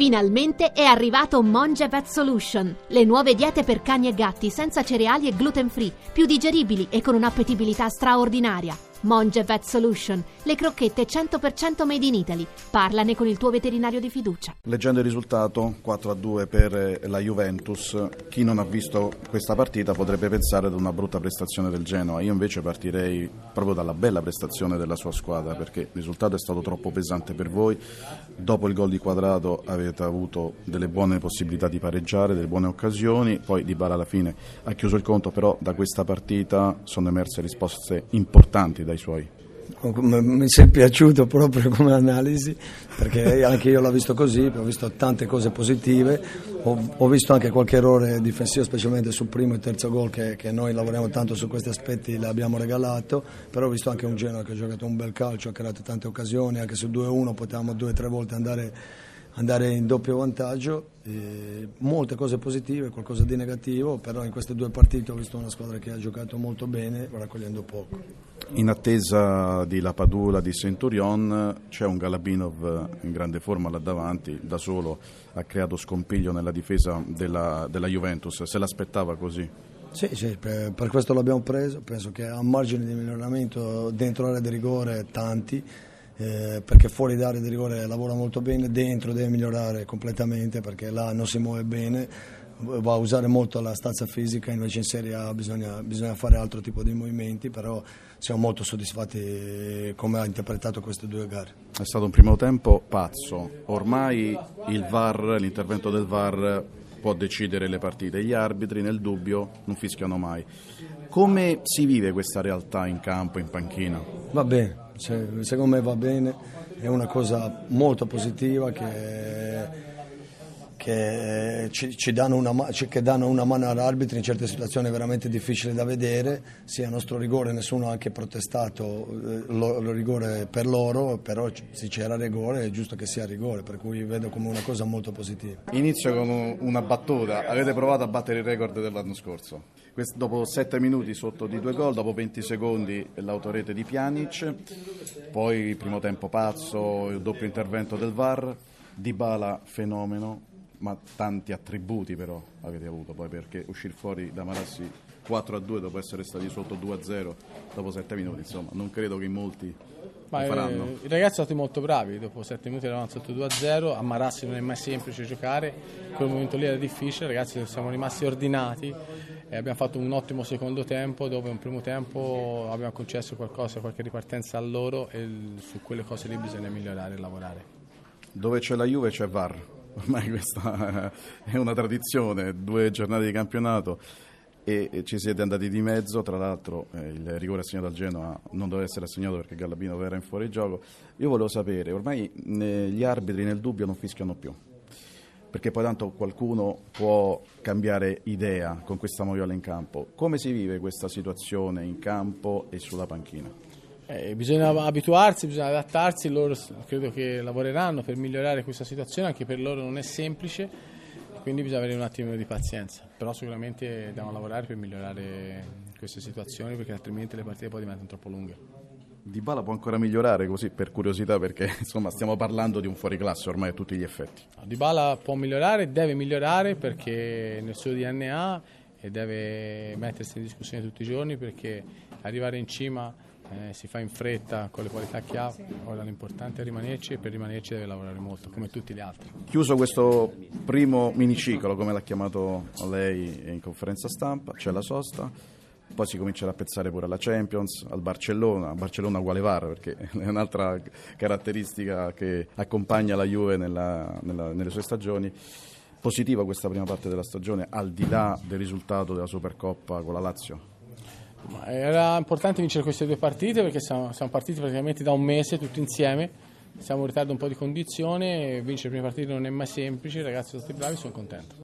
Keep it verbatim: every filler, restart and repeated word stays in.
Finalmente è arrivato Monge Vet Solution, le nuove diete per cani e gatti senza cereali e gluten free, più digeribili e con un'appetibilità straordinaria. Monge Vet Solution, le crocchette cento per cento made in Italy. Parlane con il tuo veterinario di fiducia. Leggendo il risultato quattro a due per la Juventus, chi non ha visto questa partita potrebbe pensare ad una brutta prestazione del Genoa. Io invece partirei proprio dalla bella prestazione della sua squadra, perché il risultato è stato troppo pesante per voi. Dopo il gol di Quadrato avete avuto delle buone possibilità di pareggiare, delle buone occasioni, poi Dybala alla fine ha chiuso il conto, però da questa partita sono emerse risposte importanti dai suoi. Mi si è piaciuto proprio come analisi, perché anche io l'ho visto così, ho visto tante cose positive, ho, ho visto anche qualche errore difensivo, specialmente sul primo e terzo gol che, che noi lavoriamo tanto su questi aspetti, l'abbiamo regalato, però ho visto anche un Genoa che ha giocato un bel calcio, ha creato tante occasioni, anche sul due a uno potevamo due o tre volte andare, andare in doppio vantaggio, e molte cose positive, qualcosa di negativo, però in queste due partite ho visto una squadra che ha giocato molto bene, raccogliendo poco. In attesa di Lapadula, di Centurion, c'è un Galabinov in grande forma là davanti, da solo ha creato scompiglio nella difesa della, della Juventus. Se l'aspettava così? Sì, sì, per, per questo l'abbiamo preso, penso che ha margini di miglioramento dentro l'area di rigore tanti, eh, perché fuori d'area di rigore lavora molto bene, dentro deve migliorare completamente perché là non si muove bene, va a usare molto la stazza fisica, invece in Serie A bisogna, bisogna fare altro tipo di movimenti, però siamo molto soddisfatti come ha interpretato queste due gare. È stato un primo tempo pazzo, ormai il V A R, l'intervento del V A R può decidere le partite, gli arbitri nel dubbio non fischiano mai. Come si vive questa realtà in campo, in panchina? Va bene, secondo me va bene, è una cosa molto positiva che... che ci, ci danno una, che danno una mano all'arbitro in certe situazioni veramente difficili da vedere, sia a nostro rigore, nessuno ha anche protestato eh, lo, lo rigore per loro, però se c'era rigore è giusto che sia rigore, per cui vedo come una cosa molto positiva. Inizio con una battuta, avete provato a battere il record dell'anno scorso, Questo, dopo sette minuti sotto di due gol, dopo venti secondi l'autorete di Pjanic, poi il primo tempo pazzo, il doppio intervento del V A R, Dybala fenomeno, ma tanti attributi però avete avuto poi, perché uscire fuori da Marassi quattro a due dopo essere stati sotto due a zero dopo sette minuti, insomma non credo che in molti ma lo faranno. Eh, I ragazzi sono stati molto bravi, dopo sette minuti eravamo sotto due a zero, a Marassi non è mai semplice giocare, quel momento lì era difficile, ragazzi siamo rimasti ordinati e abbiamo fatto un ottimo secondo tempo, dove un primo tempo abbiamo concesso qualcosa, qualche ripartenza a loro, e su quelle cose lì bisogna migliorare e lavorare. Dove c'è la Juve c'è V A R. Ormai questa è una tradizione, due giornate di campionato e ci siete andati di mezzo, tra l'altro eh, il rigore assegnato al Genoa non doveva essere assegnato perché Galabinov era in fuorigioco. Io volevo sapere, ormai eh, gli arbitri nel dubbio non fischiano più, perché poi tanto qualcuno può cambiare idea con questa moviola in campo. Come si vive questa situazione in campo e sulla panchina? Eh, bisogna abituarsi, bisogna adattarsi, loro credo che lavoreranno per migliorare questa situazione, anche per loro non è semplice, quindi bisogna avere un attimo di pazienza, però sicuramente dobbiamo lavorare per migliorare queste situazioni, perché altrimenti le partite poi diventano troppo lunghe. Dybala può ancora migliorare, così per curiosità, perché insomma stiamo parlando di un fuoriclasse ormai a tutti gli effetti. Dybala può migliorare, deve migliorare perché nel suo D N A e deve mettersi in discussione tutti i giorni, perché arrivare in cima Eh, si fa in fretta con le qualità che ha, ora l'importante è rimanerci, e per rimanerci deve lavorare molto come tutti gli altri. Chiuso questo primo miniciclo, come l'ha chiamato lei in conferenza stampa, c'è la sosta, poi si comincerà a pensare pure alla Champions, al Barcellona, Barcellona uguale V A R, perché è un'altra caratteristica che accompagna la Juve nella, nella, nelle sue stagioni. Positiva questa prima parte della stagione, al di là del risultato della Supercoppa con la Lazio? Era importante vincere queste due partite, perché siamo, siamo partiti praticamente da un mese tutti insieme, siamo in ritardo un po' di condizione, vincere le prime partite non è mai semplice, i ragazzi sono stati bravi, sono contento.